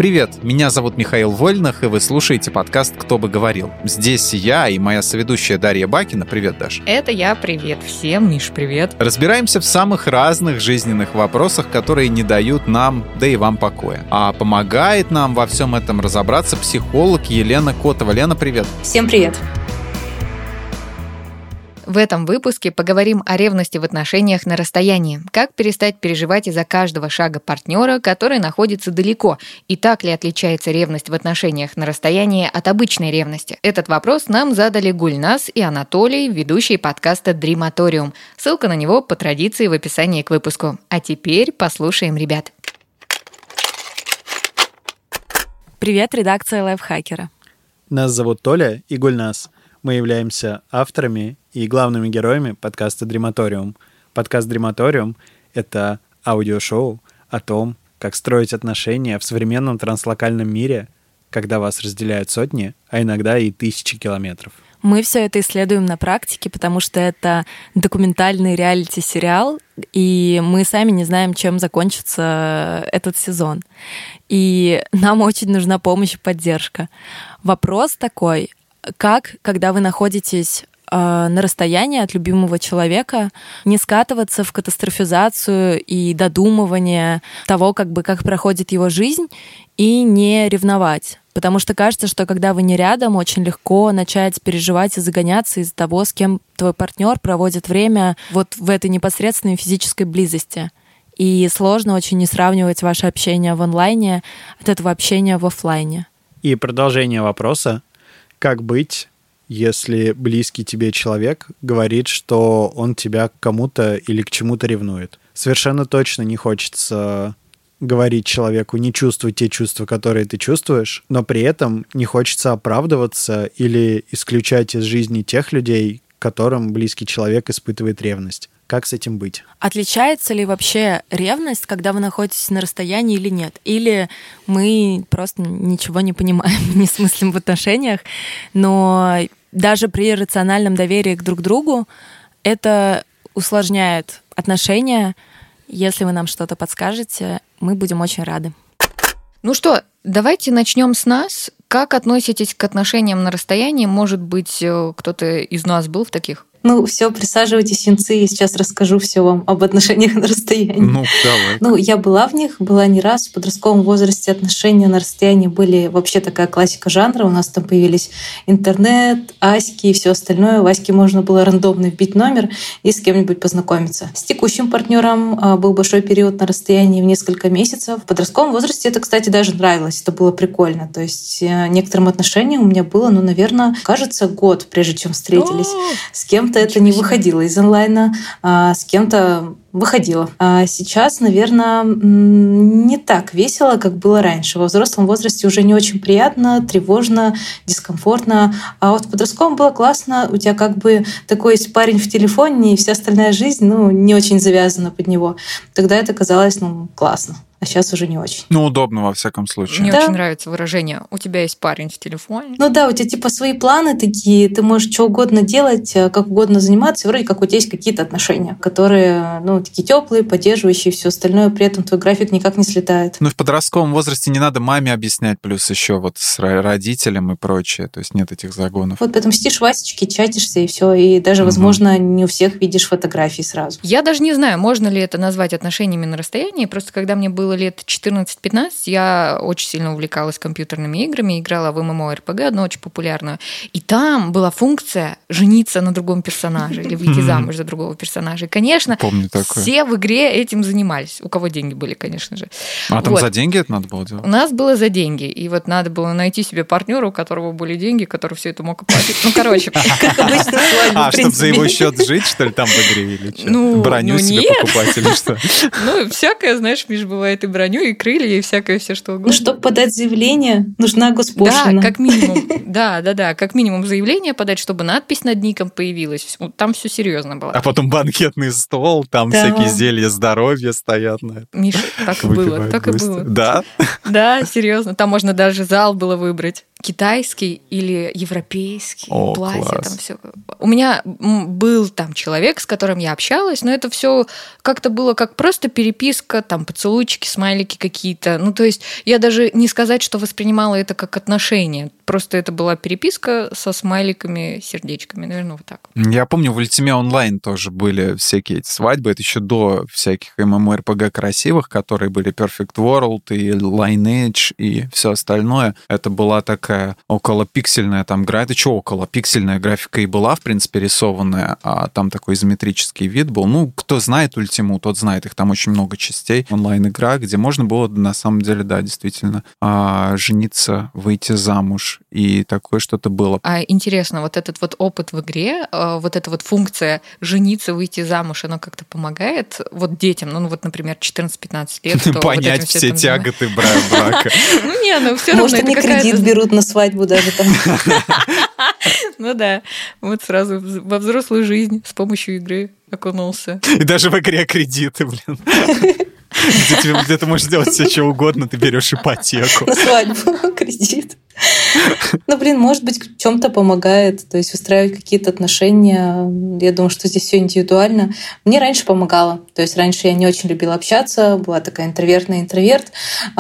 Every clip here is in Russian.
Привет, меня зовут Михаил Вольных, и вы слушаете подкаст «Кто бы говорил». Здесь я и моя соведущая Дарья Бакина. Привет, Даш. Это я, привет всем. Миш, привет. Разбираемся в самых разных жизненных вопросах, которые не дают нам, да и вам покоя. А помогает нам во всем этом разобраться психолог Елена Котова. Лена, привет. Всем привет. В этом выпуске поговорим о ревности в отношениях на расстоянии. Как перестать переживать из-за каждого шага партнера, который находится далеко, и так ли отличается ревность в отношениях на расстоянии от обычной ревности? Этот вопрос нам задали Гульнас и Анатолий, ведущие подкаста «Дриматориум». Ссылка на него по традиции в описании к выпуску. А теперь послушаем ребят. Привет, редакция Лайфхакера. Нас зовут Толя и Гульнас. Мы являемся авторами и главными героями подкаста «Дриматориум». Подкаст «Дриматориум» — это аудиошоу о том, как строить отношения в современном транслокальном мире, когда вас разделяют сотни, а иногда и тысячи километров. Мы все это исследуем на практике, потому что это документальный реалити-сериал, и мы сами не знаем, чем закончится этот сезон. И нам очень нужна помощь и поддержка. Вопрос такой: как, когда вы находитесь на расстоянии от любимого человека, не скатываться в катастрофизацию и додумывание того, как проходит его жизнь, и не ревновать? Потому что кажется, что когда вы не рядом, очень легко начать переживать и загоняться из-за того, с кем твой партнер проводит время вот в этой непосредственной физической близости. И сложно очень не сравнивать ваше общение в онлайне от этого общения в офлайне. И продолжение вопроса: как быть, если близкий тебе человек говорит, что он тебя к кому-то или к чему-то ревнует? Совершенно точно не хочется говорить человеку не чувствуй те чувства, которые ты чувствуешь, но при этом не хочется оправдываться или исключать из жизни тех людей, к которым близкий человек испытывает ревность. Как с этим быть? Отличается ли вообще ревность, когда вы находитесь на расстоянии или нет? Или мы просто ничего не понимаем, не смыслим в отношениях, но даже при рациональном доверии друг к другу это усложняет отношения. Если вы нам что-то подскажете, мы будем очень рады. Ну что, давайте начнем с нас. Как относитесь к отношениям на расстоянии? Может быть, кто-то из нас был в таких? Ну, все, присаживайтесь, юнцы, я сейчас расскажу все вам об отношениях на расстоянии. Ну, давай. Ну, я была в них, была не раз. В подростковом возрасте отношения на расстоянии были вообще такая классика жанра. У нас там появились интернет, аськи и все остальное. В аське можно было рандомно вбить номер и с кем-нибудь познакомиться. С текущим партнером был большой период на расстоянии в несколько месяцев. В подростковом возрасте это, кстати, даже нравилось. Это было прикольно. То есть некоторым отношениям у меня было, наверное, кажется, год, прежде чем встретились. С кем-то это не выходило из онлайна, а с кем-то выходило. А сейчас, наверное, не так весело, как было раньше. Во взрослом возрасте уже не очень приятно, тревожно, дискомфортно. А вот в подростковом было классно. У тебя такой есть парень в телефоне, и вся остальная жизнь, не очень завязана под него. Тогда это казалось, классно. А сейчас уже не очень. Удобно во всяком случае. Мне очень нравится выражение «у тебя есть парень в телефоне». У тебя свои планы такие, ты можешь что угодно делать, как угодно заниматься, и вроде как у тебя есть какие-то отношения, которые, такие теплые, поддерживающие, все остальное, при этом твой график никак не слетает. В подростковом возрасте не надо маме объяснять, плюс еще с родителям и прочее, то есть нет этих загонов. Потом сидишь в васечке, чатишься, и все, и даже, возможно, не у всех видишь фотографии сразу. Я даже не знаю, можно ли это назвать отношениями на расстоянии, просто когда мне было лет 14-15, я очень сильно увлекалась компьютерными играми, играла в MMORPG, одну очень популярную. И там была функция жениться на другом персонаже или выйти замуж за другого персонажа. И, конечно, все в игре этим занимались. У кого деньги были, конечно же. А там за деньги это надо было делать? У нас было за деньги. И надо было найти себе партнера, у которого были деньги, который все это мог оплатить. Как обычно свадьба, чтобы за его счет жить, что ли, там в игре или что? Броню себе покупать или что? Всякое, знаешь, Миш, бывает и броню, и крылья, и всякое все что угодно. Чтобы подать заявление, нужна госпошлина. Да, как минимум. Да, как минимум заявление подать, чтобы надпись над ником появилась. Там все серьезно было. А потом банкетный стол, там всякие зелья здоровья стоят на это. Миша, так и было. Да? Да, серьезно. Там можно даже зал было выбрать. китайский или европейский, платье, класс. там все. У меня был там человек, с которым я общалась, но это все как-то было как просто переписка, там поцелуйчики, смайлики какие-то. Ну, то есть я даже не сказать, что воспринимала это как отношения. Просто это была переписка со смайликами, сердечками, наверное, вот так. Я помню, в Ultima Online тоже были всякие эти свадьбы. Это еще до всяких MMORPG красивых, которые были Perfect World и Lineage и все остальное. Это была такая околопиксельная там графика. Это что околопиксельная графика и была, в принципе, рисованная, а там такой изометрический вид был. Ну, кто знает Ультиму, тот знает. Их там очень много частей. Онлайн-игра, где можно было, на самом деле, да, действительно, жениться, выйти замуж. И такое что-то было. А интересно, вот этот вот опыт в игре, вот эта вот функция жениться, выйти замуж, она как-то помогает вот детям, ну вот, например, 14-15 лет. Понять все тяготы брака. Ну не, ну все равно. Может, они кредит берут на свадьбу даже там. Ну да, вот сразу во взрослую жизнь с помощью игры окунулся. И даже в игре кредиты, блин. Где ты можешь делать все, что угодно, ты берешь ипотеку. На свадьбу кредит. Ну, блин, может быть, в чем-то помогает, то есть выстраивать какие-то отношения. Я думаю, что здесь все индивидуально. Мне раньше помогало. То есть раньше я не очень любила общаться, была такая интровертная интроверт.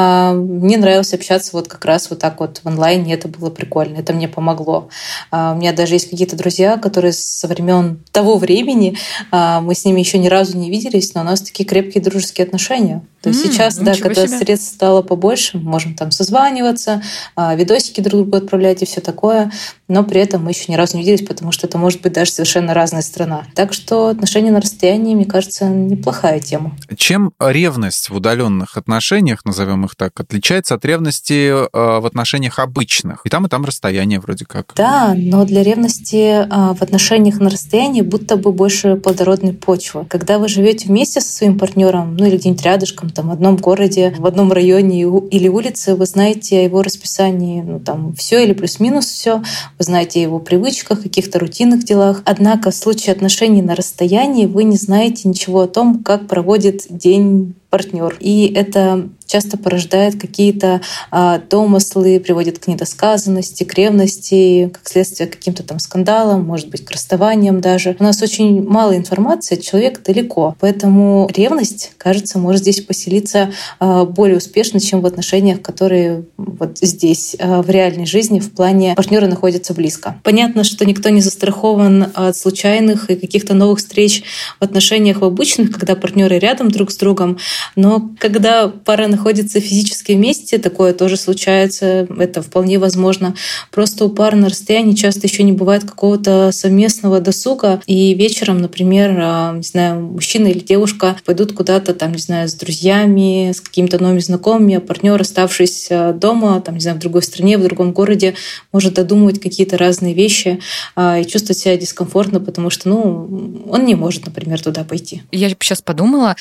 Мне нравилось общаться вот как раз вот так вот в онлайне, это было прикольно, это мне помогло. У меня даже есть какие-то друзья, которые со времен того времени, мы с ними еще ни разу не виделись, но у нас такие крепкие дружеские отношения. То есть сейчас, да, когда средств стало побольше, мы можем там созваниваться, видосики друг другу отправлять и все такое, но при этом мы еще ни разу не виделись, потому что это может быть даже совершенно разная страна. Так что отношения на расстоянии, мне кажется, неплохая тема. Чем ревность в удаленных отношениях, назовем их так, отличается от ревности в отношениях обычных? И там расстояние вроде как. Да, но для ревности в отношениях на расстоянии будто бы больше плодородной почвы. Когда вы живете вместе со своим партнером, ну или где-нибудь рядышком, там, в одном городе, в одном районе или улице, вы знаете о его расписании, ну там все или плюс-минус все, вы знаете о его привычках, каких-то рутинных делах. Однако в случае отношений на расстоянии вы не знаете ничего о том, как проводит день партнер. И это часто порождает какие-то домыслы, приводит к недосказанности, к ревности, как следствие к каким-то там скандалам, может быть, к расставаниям даже. У нас очень мало информации, человек далеко. Поэтому ревность, кажется, может здесь поселиться более успешно, чем в отношениях, которые вот здесь, в реальной жизни, в плане партнера находятся близко. Понятно, что никто не застрахован от случайных и каких-то новых встреч в отношениях в обычных, когда партнеры рядом друг с другом. Но когда пара находится физически вместе, такое тоже случается, это вполне возможно. Просто у пары на расстоянии часто еще не бывает какого-то совместного досуга, и вечером, например, не знаю, мужчина или девушка пойдут куда-то, там, не знаю, с друзьями, с какими-то новыми знакомыми, а партнер, оставшись дома, там, не знаю, в другой стране, в другом городе, может додумывать какие-то разные вещи и чувствовать себя дискомфортно, потому что, ну, он не может, например, туда пойти. Я сейчас подумала,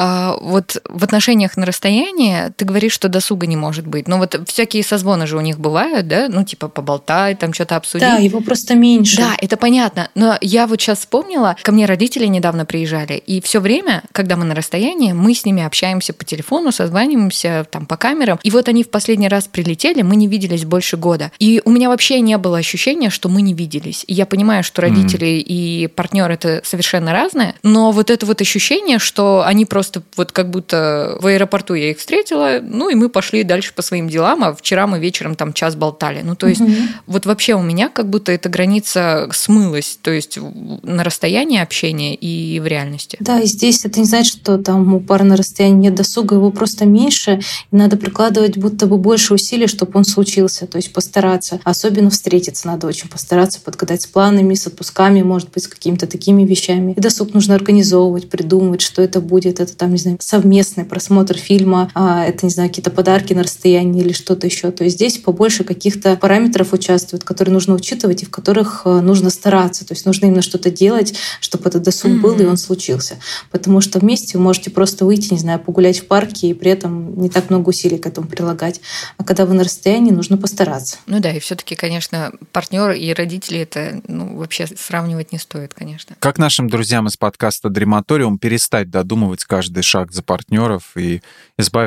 вот в отношениях на расстоянии ты говоришь, что досуга не может быть. Но вот всякие созвоны же у них бывают, да? Ну, типа поболтать, там что-то обсудить. Да, его просто меньше. Да, это понятно. Но я вот сейчас вспомнила, ко мне родители недавно приезжали, и все время, когда мы на расстоянии, мы с ними общаемся по телефону, созваниваемся там по камерам. И вот они в последний раз прилетели, мы не виделись больше года. И у меня вообще не было ощущения, что мы не виделись. И я понимаю, что родители и партнер это совершенно разное, но вот это вот ощущение, что они просто вот как будто в аэропорту я их встретила, ну и мы пошли дальше по своим делам, а вчера мы вечером там час болтали. Ну то есть вот вообще у меня как будто эта граница смылась, то есть на расстоянии общения и в реальности. Да, и здесь это не значит, что там у пары на расстоянии нет досуга, его просто меньше, и надо прикладывать будто бы больше усилий, чтобы он случился, то есть постараться. Особенно встретиться надо очень постараться, подгадать с планами, с отпусками, может быть, с какими-то такими вещами. И досуг нужно организовывать, придумывать, что это будет, это там, не знаю, совместный просмотр фильма, это, не знаю, какие-то подарки на расстоянии или что-то еще. То есть здесь побольше каких-то параметров участвуют, которые нужно учитывать и в которых нужно стараться. То есть нужно именно что-то делать, чтобы этот досуг был и он случился. Потому что вместе вы можете просто выйти, не знаю, погулять в парке и при этом не так много усилий к этому прилагать. А когда вы на расстоянии, нужно постараться. Ну да, и все-таки, конечно, партнер и родители это вообще сравнивать не стоит, конечно. Как нашим друзьям из подкаста «Дрематориум» перестать додумывать каждый шаг за партнеров и избавиться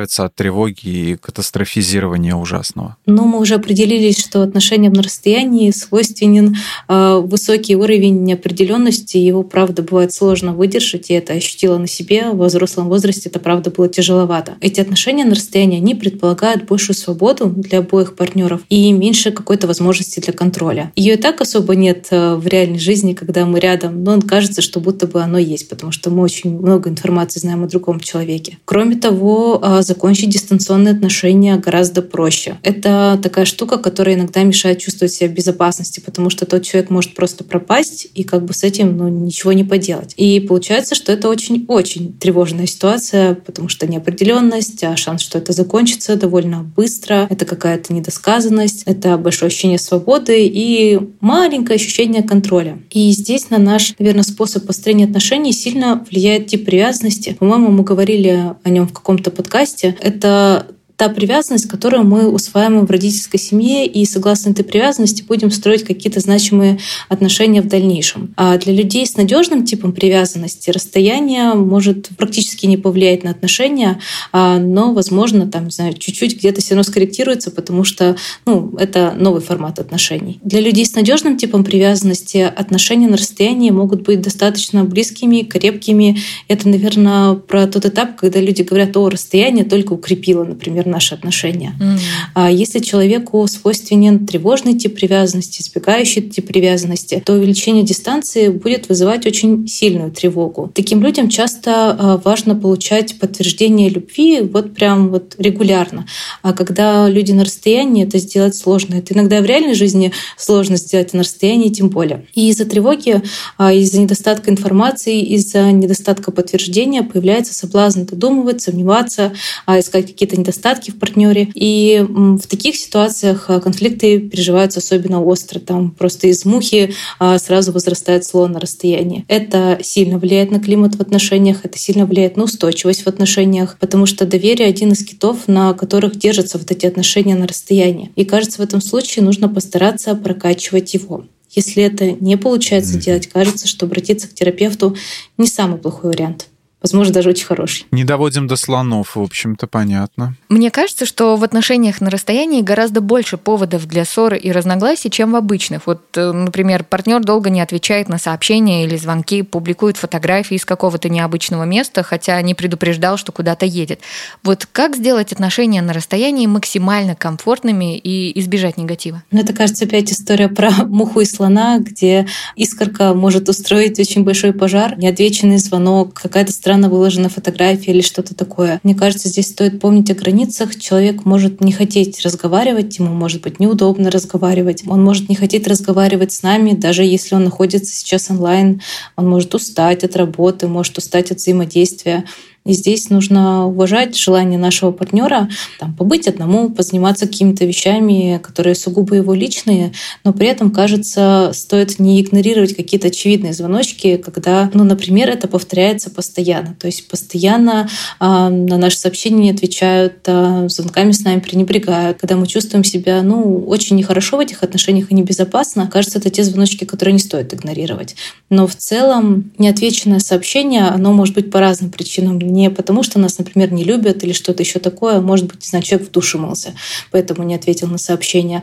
избавиться от тревоги и катастрофизирования ужасного? Ну, мы уже определились, что отношениям на расстоянии свойственен высокий уровень неопределенности. Его, правда, бывает сложно выдержать, и это ощутила на себе. Во взрослом возрасте это, правда, было тяжеловато. Эти отношения на расстоянии, они предполагают большую свободу для обоих партнеров и меньше какой-то возможности для контроля. Ее и так особо нет в реальной жизни, когда мы рядом, но кажется, что будто бы оно есть, потому что мы очень много информации знаем о другом человеке. Кроме того, закончить дистанционные отношения гораздо проще. Это такая штука, которая иногда мешает чувствовать себя в безопасности, потому что тот человек может просто пропасть, и как бы с этим ничего не поделать. И получается, что это очень-очень тревожная ситуация, потому что неопределенность, а шанс, что это закончится довольно быстро, это какая-то недосказанность, это большое ощущение свободы и маленькое ощущение контроля. И здесь на наш, наверное, способ построения отношений сильно влияет тип привязанности. По-моему, мы говорили о нем в каком-то подкасте. Это та привязанность, которую мы усваиваем в родительской семье, и согласно этой привязанности будем строить какие-то значимые отношения в дальнейшем. А для людей с надежным типом привязанности расстояние может практически не повлиять на отношения, но, возможно, там, не знаю, чуть-чуть где-то все равно скорректируется, потому что это новый формат отношений. Для людей с надежным типом привязанности отношения на расстоянии могут быть достаточно близкими, крепкими. Это, наверное, про тот этап, когда люди говорят: расстояние только укрепило, например, наши отношения. А если человеку свойственен тревожный тип привязанности, избегающий тип привязанности, то увеличение дистанции будет вызывать очень сильную тревогу. Таким людям часто важно получать подтверждение любви прям регулярно. А когда люди на расстоянии, это сделать сложно. Это иногда в реальной жизни сложно сделать, а на расстоянии тем более. И из-за тревоги, из-за недостатка информации, из-за недостатка подтверждения появляется соблазн додумывать, сомневаться, искать какие-то недостатки в партнере. И в таких ситуациях конфликты переживаются особенно остро. Там просто из мухи сразу возрастает слон на расстоянии. Это сильно влияет на климат в отношениях, это сильно влияет на устойчивость в отношениях, потому что доверие — один из китов, на которых держатся эти отношения на расстоянии. И кажется, в этом случае нужно постараться прокачивать его. Если это не получается делать, кажется, что обратиться к терапевту не самый плохой вариант. Возможно, даже очень хороший. Не доводим до слонов, в общем-то, понятно. Мне кажется, что в отношениях на расстоянии гораздо больше поводов для ссоры и разногласий, чем в обычных. Например, партнер долго не отвечает на сообщения или звонки, публикует фотографии из какого-то необычного места, хотя не предупреждал, что куда-то едет. Как сделать отношения на расстоянии максимально комфортными и избежать негатива? Это, кажется, опять история про муху и слона, где искорка может устроить очень большой пожар, неотвеченный звонок, какая-то странно выложена фотография или что-то такое. Мне кажется, здесь стоит помнить о границах. Человек может не хотеть разговаривать, ему может быть неудобно разговаривать. Он может не хотеть разговаривать с нами, даже если он находится сейчас онлайн. Он может устать от работы, может устать от взаимодействия. И здесь нужно уважать желание нашего партнера побыть одному, позаниматься какими-то вещами, которые сугубо его личные, но при этом, кажется, стоит не игнорировать какие-то очевидные звоночки, когда, например, это повторяется постоянно. То есть постоянно на наши сообщения не отвечают, звонками с нами пренебрегают. Когда мы чувствуем себя очень нехорошо в этих отношениях и небезопасно, кажется, это те звоночки, которые не стоит игнорировать. Но в целом неотвеченное сообщение, оно может быть по разным причинам. Не потому, что нас, например, не любят или что-то еще такое. Может быть, человек в душе мылся, поэтому не ответил на сообщение.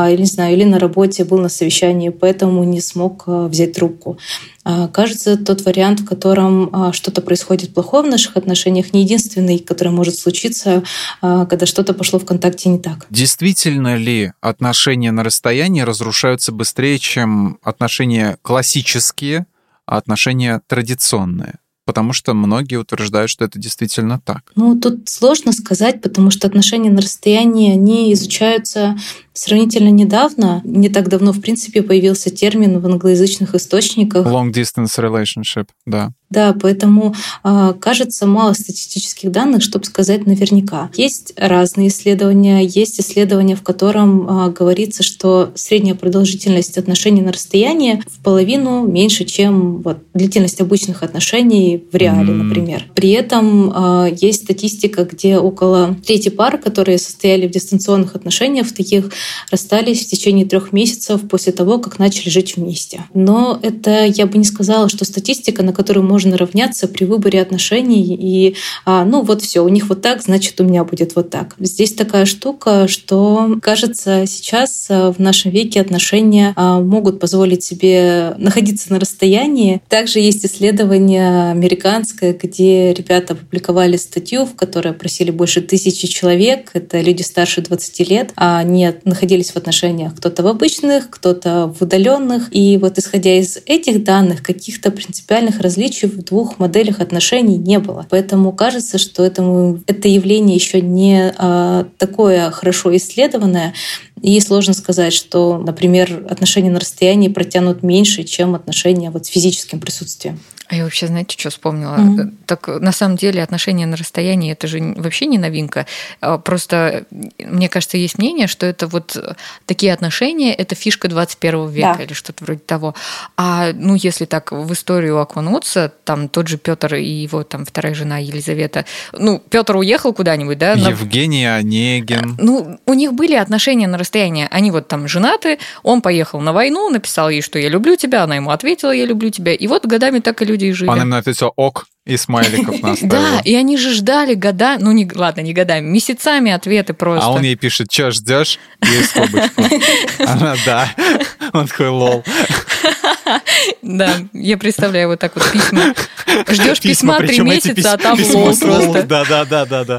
Или на работе был на совещании, поэтому не смог взять трубку. Кажется, тот вариант, в котором что-то происходит плохое в наших отношениях, не единственный, который может случиться, когда что-то пошло в контакте не так. Действительно ли отношения на расстоянии разрушаются быстрее, чем отношения классические, а отношения традиционные? Потому что многие утверждают, что это действительно так. Тут сложно сказать, потому что отношения на расстоянии, они изучаются сравнительно недавно. Не так давно, в принципе, появился термин в англоязычных источниках. Long distance relationship, да. Да, поэтому, кажется, мало статистических данных, чтобы сказать наверняка. Есть разные исследования. Есть исследования, в котором говорится, что средняя продолжительность отношений на расстоянии в половину меньше, чем длительность обычных отношений в реале, например. При этом есть статистика, где около трети пар, которые состояли в дистанционных отношениях, в таких расстались в течение 3 месяцев после того, как начали жить вместе. Но это, я бы не сказала, что статистика, на которую можно равняться при выборе отношений, и вот все, у них вот так, значит, у меня будет вот так. Здесь такая штука, что, кажется, сейчас в нашем веке отношения могут позволить себе находиться на расстоянии. Также есть исследование американское, где ребята опубликовали статью, в которой опросили больше 1000 человек. Это люди старше 20 лет. Они находились в отношениях кто-то в обычных, кто-то в удаленных. И вот исходя из этих данных, каких-то принципиальных различий в 2 моделях отношений не было. Поэтому кажется, что это явление еще не такое хорошо исследованное. И сложно сказать, что, например, отношения на расстоянии протянут меньше, чем отношения с физическим присутствием. А я вообще, знаете, что вспомнила? Так на самом деле отношения на расстоянии — это же вообще не новинка. Просто, мне кажется, есть мнение, что это такие отношения — это фишка 21 века, да, или что-то вроде того. А если так в историю окунуться, там тот же Петр и его там вторая жена Елизавета. Петр уехал куда-нибудь, да? Евгений Онегин. У них были отношения на расстоянии. Они там женаты, он поехал на войну, написал ей, что я люблю тебя, она ему ответила, я люблю тебя. И годами так и люди и жили. Он им написал ок и смайликов наставил. Да, и они же ждали не годами, месяцами ответы просто. А он ей пишет, что ждешь? И скобочку. Она, да. Он такой, лол. Да, я представляю вот так письма. Ждешь письма 3 месяца, а там лол просто. Да.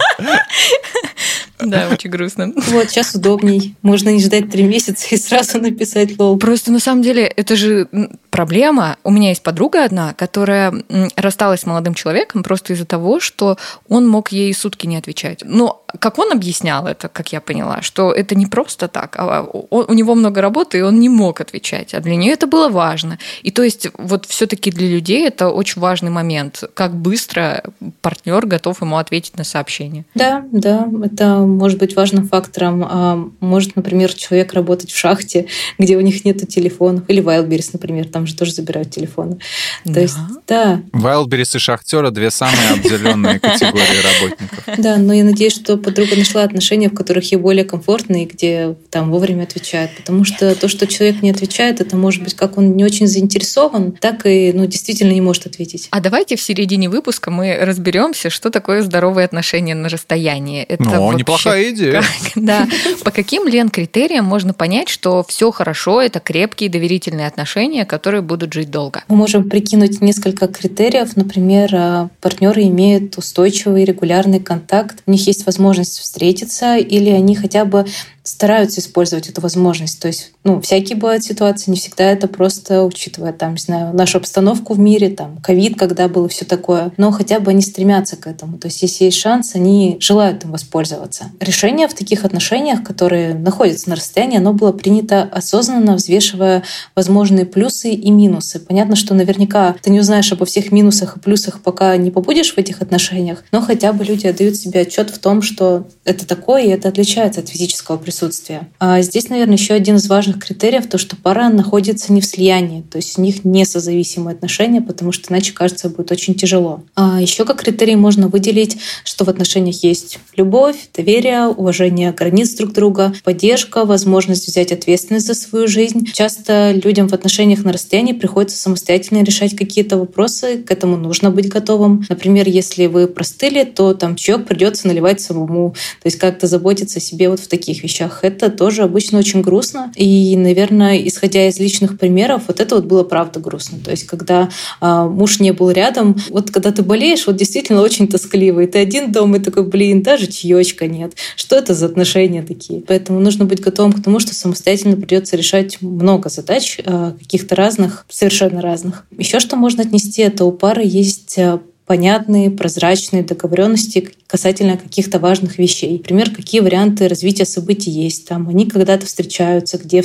Да, очень грустно. Сейчас удобней. Можно не ждать 3 месяца и сразу написать лол. Просто на самом деле это же проблема. У меня есть подруга одна, которая рассталась с молодым человеком просто из-за того, что он мог ей сутки не отвечать. Но как он объяснял это, как я поняла, что это не просто так, а у него много работы, и он не мог отвечать. А для нее это было важно. И то есть все-таки для людей это очень важный момент, как быстро партнер готов ему ответить на сообщение. Да, это может быть важным фактором. Может, например, человек работать в шахте, где у них нет телефонов, или Wildberries, например, там же тоже забирают телефоны. Да. То есть, да. Wildberries и шахтеры — 2 самые обделенные категории работников. Да, но я надеюсь, что подруга нашла отношения, в которых ей более комфортно и где там вовремя отвечают. Потому что то, что человек не отвечает, это может быть как он не очень заинтересован, так и действительно не может ответить. А давайте в середине выпуска мы разберемся, что такое здоровые отношения на расстоянии. Это неплохая идея. Да. По каким, Лен, критериям можно понять, что все хорошо, это крепкие доверительные отношения, которые будут жить долго? Мы можем прикинуть несколько критериев. Например, партнеры имеют устойчивый регулярный контакт, у них есть возможность встретиться, или они хотя бы стараются использовать эту возможность. То есть, всякие бывают ситуации, не всегда это просто учитывая, нашу обстановку в мире, ковид, когда было все такое, но хотя бы они стремятся к этому. То есть, если есть шанс, они желают им воспользоваться. Решение в таких отношениях, которые находятся на расстоянии, оно было принято осознанно, взвешивая возможные плюсы и минусы. Понятно, что наверняка ты не узнаешь обо всех минусах и плюсах, пока не побудешь в этих отношениях, но хотя бы люди отдают себе отчет в том, что это такое, и это отличается от физического присутствия. А здесь, наверное, еще один из важных критериев — то, что пара находится не в слиянии, то есть у них не созависимые отношения, потому что иначе, кажется, будет очень тяжело. А еще как критерий можно выделить, что в отношениях есть любовь, доверие, уважение границ друг друга, поддержка, возможность взять ответственность за свою жизнь. Часто людям в отношениях на расстоянии приходится самостоятельно решать какие-то вопросы, к этому нужно быть готовым. Например, если вы простыли, то чаек придется наливать самому, то есть как-то заботиться о себе в таких вещах. Это тоже обычно очень грустно. И, наверное, исходя из личных примеров, это было правда грустно. То есть когда муж не был рядом, когда ты болеешь, действительно очень тоскливо. И ты один дома и такой, даже чаечка нет. Что это за отношения такие? Поэтому нужно быть готовым к тому, что самостоятельно придется решать много задач, каких-то разных, совершенно разных. Еще что можно отнести, это у пары есть понятные, прозрачные договоренности касательно каких-то важных вещей. Например, какие варианты развития событий есть. Они когда-то встречаются, где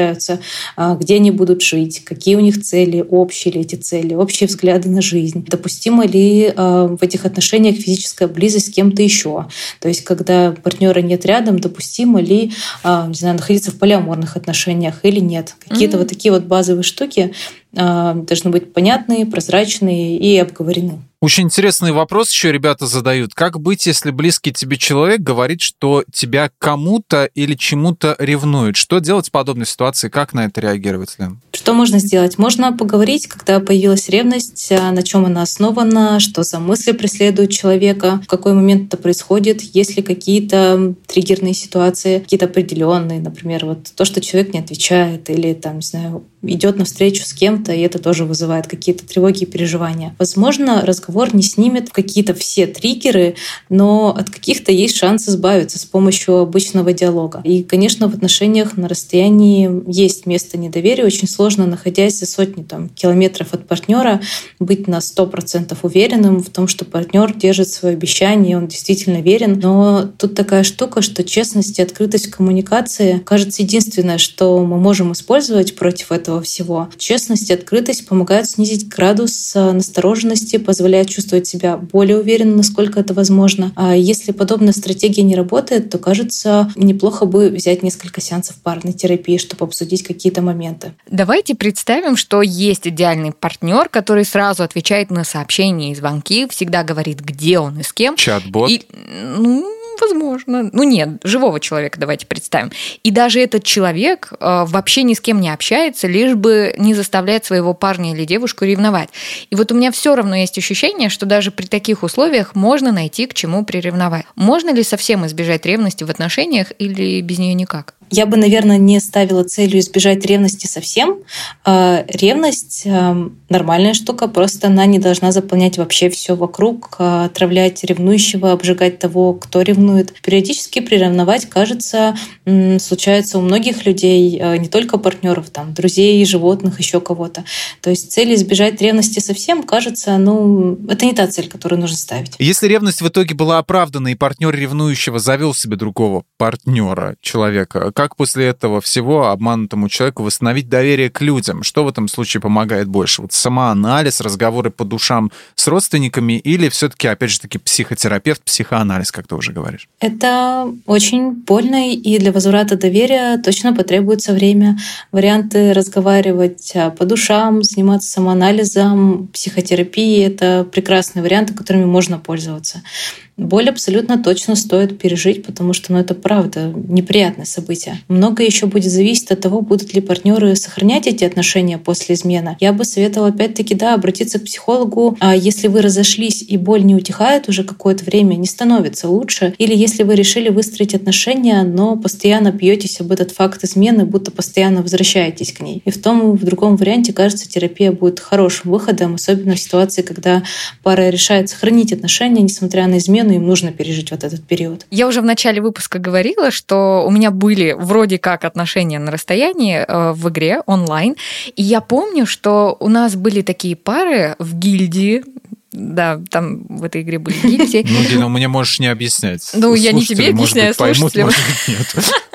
они будут жить, какие у них цели, общие ли эти цели, общие взгляды на жизнь. Допустима ли в этих отношениях физическая близость с кем-то еще. То есть, когда партнера нет рядом, допустимо ли находиться в полиаморных отношениях или нет. Какие-то такие базовые штуки. должны быть понятные, прозрачные и обговорены. Очень интересный вопрос еще ребята задают. Как быть, если близкий тебе человек говорит, что тебя кому-то или чему-то ревнует? Что делать в подобной ситуации? Как на это реагировать, Лен? Что можно сделать? Можно поговорить, когда появилась ревность, на чем она основана, что за мысли преследуют человека, в какой момент это происходит, есть ли какие-то триггерные ситуации, какие-то определенные, например, вот то, что человек не отвечает или там, не знаю, идет навстречу с кем-то, и это тоже вызывает какие-то тревоги и переживания. Возможно, разговор не снимет какие-то все триггеры, но от каких-то есть шанс избавиться с помощью обычного диалога. И, конечно, в отношениях на расстоянии есть место недоверия. Очень сложно, находясь за сотни километров от партнера, быть на 100% уверенным в том, что партнер держит свои обещания, он действительно верен. Но тут такая штука, что честность и открытость в коммуникации, кажется, единственное, что мы можем использовать против этого всего. Честность и открытость помогают снизить градус настороженности, позволяют чувствовать себя более уверенно, насколько это возможно. А если подобная стратегия не работает, то, кажется, неплохо бы взять несколько сеансов парной терапии, чтобы обсудить какие-то моменты. Давайте представим, что есть идеальный партнер, который сразу отвечает на сообщения и звонки, всегда говорит, где он и с кем. Чат-бот? Возможно. Нет, живого человека давайте представим. И даже этот человек вообще ни с кем не общается, лишь бы не заставлять своего парня или девушку ревновать. И вот у меня все равно есть ощущение, что даже при таких условиях можно найти к чему приревновать. Можно ли совсем избежать ревности в отношениях или без нее никак? Я бы, наверное, не ставила целью избежать ревности совсем. Ревность — нормальная штука, просто она не должна заполнять вообще все вокруг, отравлять ревнующего, обжигать того, кто ревнует. Периодически приревновать, кажется, случается у многих людей, не только партнеров, друзей, животных, еще кого-то. То есть цель избежать ревности совсем, кажется, это не та цель, которую нужно ставить. Если ревность в итоге была оправдана, и партнер ревнующего завел себе другого партнера, человека, как после этого всего обманутому человеку восстановить доверие к людям? Что в этом случае помогает больше? Вот самоанализ, разговоры по душам с родственниками или все-таки, опять же таки, психотерапевт, психоанализ, как ты уже говоришь? Это очень больно, и для возврата доверия точно потребуется время. Варианты разговаривать по душам, заниматься самоанализом, психотерапией — это прекрасные варианты, которыми можно пользоваться. Боль абсолютно точно стоит пережить, потому что это правда неприятное событие. Многое еще будет зависеть от того, будут ли партнеры сохранять эти отношения после измены. Я бы советовала опять-таки, обратиться к психологу. А если вы разошлись и боль не утихает уже какое-то время, не становится лучше, или если вы решили выстроить отношения, но постоянно бьетесь об этот факт измены, будто постоянно возвращаетесь к ней. И в том и в другом варианте, кажется, терапия будет хорошим выходом, особенно в ситуации, когда пара решает сохранить отношения, несмотря на измену, им нужно пережить вот этот период. Я уже в начале выпуска говорила, что у меня были вроде как отношения на расстоянии в игре онлайн. И я помню, что у нас были такие пары в гильдии. Да, там в этой игре были гильдии. Дина, мне можешь не объяснять. Я не тебе объясняю, слушателям. Нет.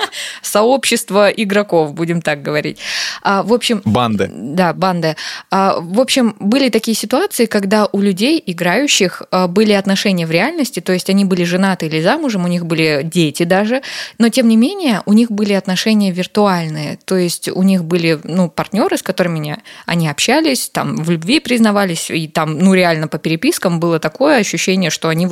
Сообщество игроков, будем так говорить. В общем... Банды. Да, банды. В общем, были такие ситуации, когда у людей, играющих, были отношения в реальности, то есть они были женаты или замужем, у них были дети даже, но тем не менее у них были отношения виртуальные, то есть у них были партнеры, с которыми они общались, в любви признавались, и реально по перепискам было такое ощущение, что они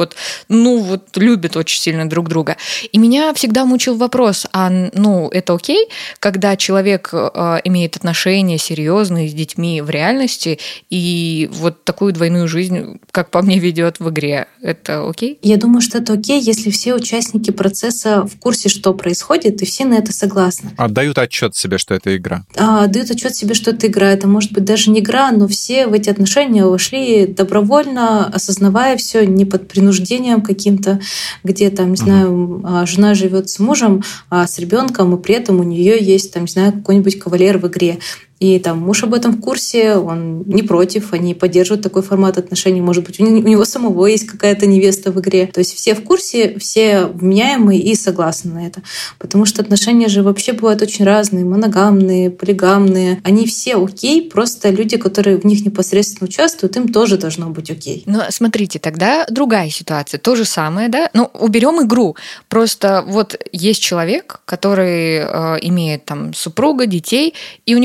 любят очень сильно друг друга. И меня всегда мучил вопрос, это окей, когда человек имеет отношения серьезные с детьми в реальности и вот такую двойную жизнь, как по мне, ведет в игре. Это окей? Я думаю, что это окей, если все участники процесса в курсе, что происходит, и все на это согласны. Отдают отчет себе, что это игра. Отдают отчет себе, что это игра. Это может быть даже не игра, но все в эти отношения вошли добровольно, осознавая все, не под принуждением каким-то, где жена живет с мужем, а с ребенком, и при этом у нее есть какой-нибудь кавалер в игре. И муж об этом в курсе, он не против, они поддерживают такой формат отношений. Может быть, у него самого есть какая-то невеста в игре. То есть все в курсе, все вменяемые и согласны на это. Потому что отношения же вообще бывают очень разные, моногамные, полигамные. Они все окей, просто люди, которые в них непосредственно участвуют, им тоже должно быть окей. Но смотрите, тогда другая ситуация. То же самое, да? Уберем игру. Просто есть человек, который имеет супруга, детей, и у него просто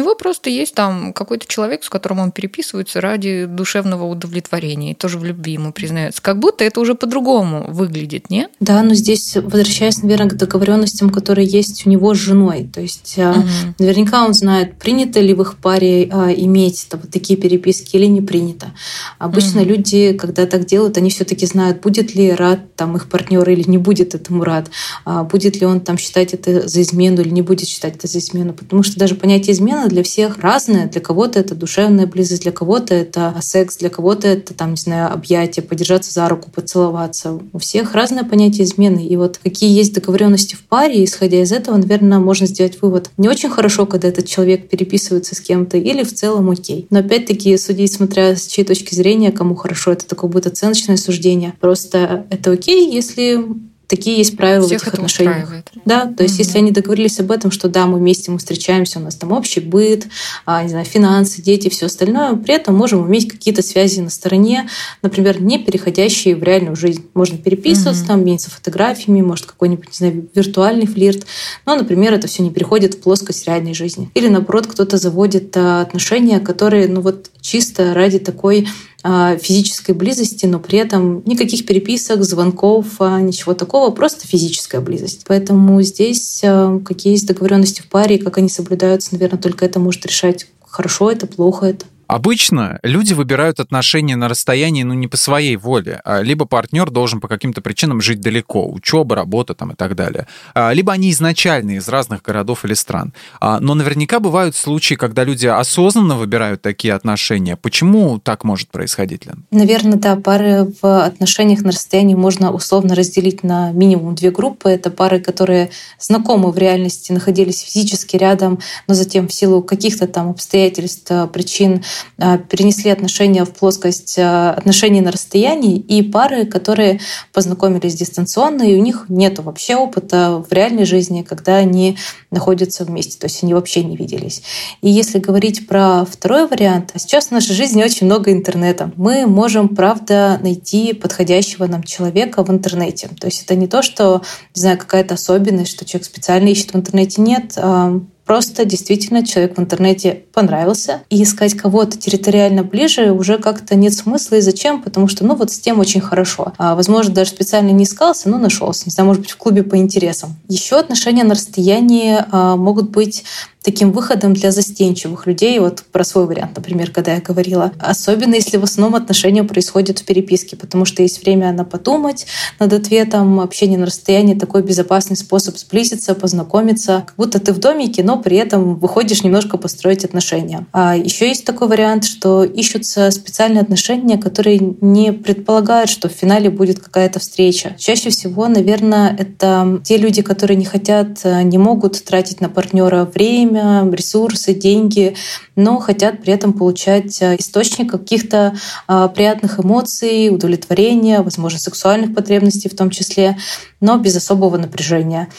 просто есть там какой-то человек, с которым он переписывается ради душевного удовлетворения, и тоже в любви ему признается. Как будто это уже по-другому выглядит, нет? Да, но здесь, возвращаясь, наверное, к договоренностям, которые есть у него с женой. То есть наверняка он знает, принято ли в их паре иметь вот такие переписки или не принято. Обычно люди, когда так делают, они все-таки знают, будет ли рад там их партнер или не будет этому рад, будет ли он там считать это за измену или не будет считать это за измену. Потому что даже понятие измены для всех разное. Для кого-то это душевная близость, для кого-то это секс, для кого-то это там, не знаю, объятия, подержаться за руку, поцеловаться. У всех разное понятие измены. И вот какие есть договоренности в паре, исходя из этого, наверное, можно сделать вывод. Не очень хорошо, когда этот человек переписывается с кем-то, или в целом окей. Но опять-таки судить, смотря с чьей точки зрения, кому хорошо, это такое будет оценочное суждение. Просто это окей, если такие есть правила всех в этих отношениях. Устраивает. Да, то есть если они договорились об этом, что да, мы вместе, мы встречаемся, у нас там общий быт, не знаю, финансы, дети, все остальное, при этом можем иметь какие-то связи на стороне, например, не переходящие в реальную жизнь. Можно переписываться, там, обмениваться фотографиями, может, какой-нибудь, не знаю, виртуальный флирт, но, например, это все не переходит в плоскость реальной жизни. Или, наоборот, кто-то заводит отношения, которые, ну вот, чисто ради такой физической близости, но при этом никаких переписок, звонков, ничего такого, просто физическая близость. Поэтому здесь какие есть договоренности в паре, и как они соблюдаются, наверное, только это может решать, хорошо это, плохо это. Обычно люди выбирают отношения на расстоянии, не по своей воле. Либо партнер должен по каким-то причинам жить далеко, учеба, работа там, и так далее. Либо они изначально из разных городов или стран. Но наверняка бывают случаи, когда люди осознанно выбирают такие отношения. Почему так может происходить, Лен? Наверное, да, пары в отношениях на расстоянии можно условно разделить на минимум 2 группы. Это пары, которые знакомы в реальности, находились физически рядом, но затем в силу каких-то там обстоятельств, причин перенесли отношения в плоскость отношений на расстоянии, и пары, которые познакомились дистанционно, и у них нет вообще опыта в реальной жизни, когда они находятся вместе, то есть они вообще не виделись. И если говорить про второй вариант, сейчас в нашей жизни очень много интернета. Мы можем, правда, найти подходящего нам человека в интернете. То есть это не то, что, не знаю, какая-то особенность, что человек специально ищет в интернете. Нет, просто действительно человек в интернете понравился, и искать кого-то территориально ближе уже как-то нет смысла. И зачем? Потому что, вот с тем очень хорошо. Возможно, даже специально не искался, но нашелся. Не знаю, может быть, в клубе по интересам. Еще отношения на расстоянии могут быть таким выходом для застенчивых людей. Вот про свой вариант, например, когда я говорила. Особенно, если в основном отношения происходят в переписке, потому что есть время на подумать над ответом. Общение на расстоянии — такой безопасный способ сблизиться, познакомиться. Как будто ты в домике, но при этом выходишь немножко построить отношения. А еще есть такой вариант, что ищутся специальные отношения, которые не предполагают, что в финале будет какая-то встреча. Чаще всего, наверное, это те люди, которые не хотят, не могут тратить на партнера время, ресурсы, деньги, но хотят при этом получать источник каких-то приятных эмоций, удовлетворения, возможно, сексуальных потребностей в том числе, но без особого напряжения.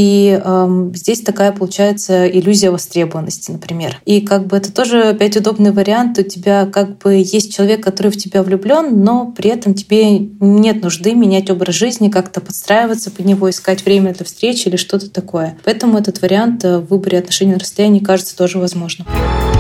И здесь такая получается иллюзия востребованности, например. И как бы это тоже опять удобный вариант. У тебя как бы есть человек, который в тебя влюблен, но при этом тебе нет нужды менять образ жизни, как-то подстраиваться под него, искать время для встречи или что-то такое. Поэтому этот вариант в выборе отношений на расстоянии кажется тоже возможным.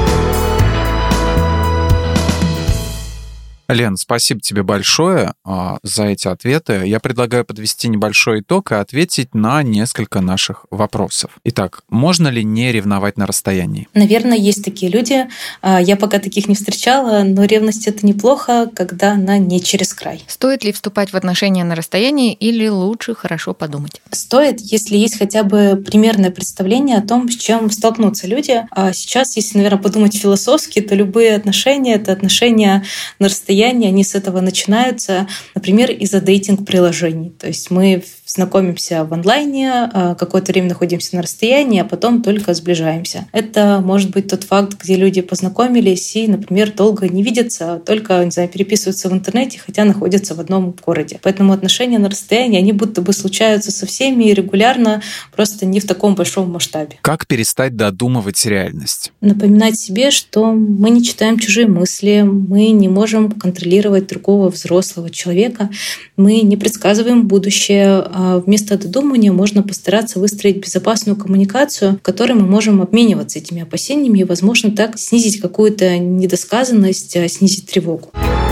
Лен, спасибо тебе большое за эти ответы. Я предлагаю подвести небольшой итог и ответить на несколько наших вопросов. Итак, можно ли не ревновать на расстоянии? Наверное, есть такие люди. Я пока таких не встречала, но ревность — это неплохо, когда она не через край. Стоит ли вступать в отношения на расстоянии или лучше хорошо подумать? Стоит, если есть хотя бы примерное представление о том, с чем столкнутся люди. А сейчас, если, наверное, подумать философски, то любые отношения — это отношения на расстоянии. Они с этого начинаются, например, из-за дейтинг-приложений. То есть мы знакомимся в онлайне, какое-то время находимся на расстоянии, а потом только сближаемся. Это может быть тот факт, где люди познакомились и, например, долго не видятся, только, не знаю, переписываются в интернете, хотя находятся в одном городе. Поэтому отношения на расстоянии, они будто бы случаются со всеми и регулярно, просто не в таком большом масштабе. Как перестать додумывать реальность? Напоминать себе, что мы не читаем чужие мысли, мы не можем контролировать другого взрослого человека, мы не предсказываем будущее, вместо додумывания можно постараться выстроить безопасную коммуникацию, в которой мы можем обмениваться этими опасениями и, возможно, так снизить какую-то недосказанность, снизить тревогу.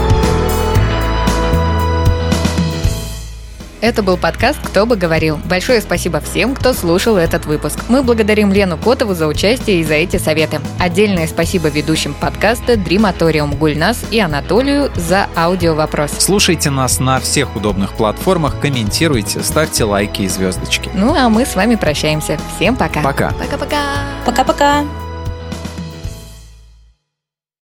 Это был подкаст «Кто бы говорил». Большое спасибо всем, кто слушал этот выпуск. Мы благодарим Лену Котову за участие и за эти советы. Отдельное спасибо ведущим подкаста Dreamatorium Гульнас и Анатолию за аудиовопросы. Слушайте нас на всех удобных платформах, комментируйте, ставьте лайки и звездочки. Ну а мы с вами прощаемся. Всем пока. Пока. Пока-пока. Пока-пока.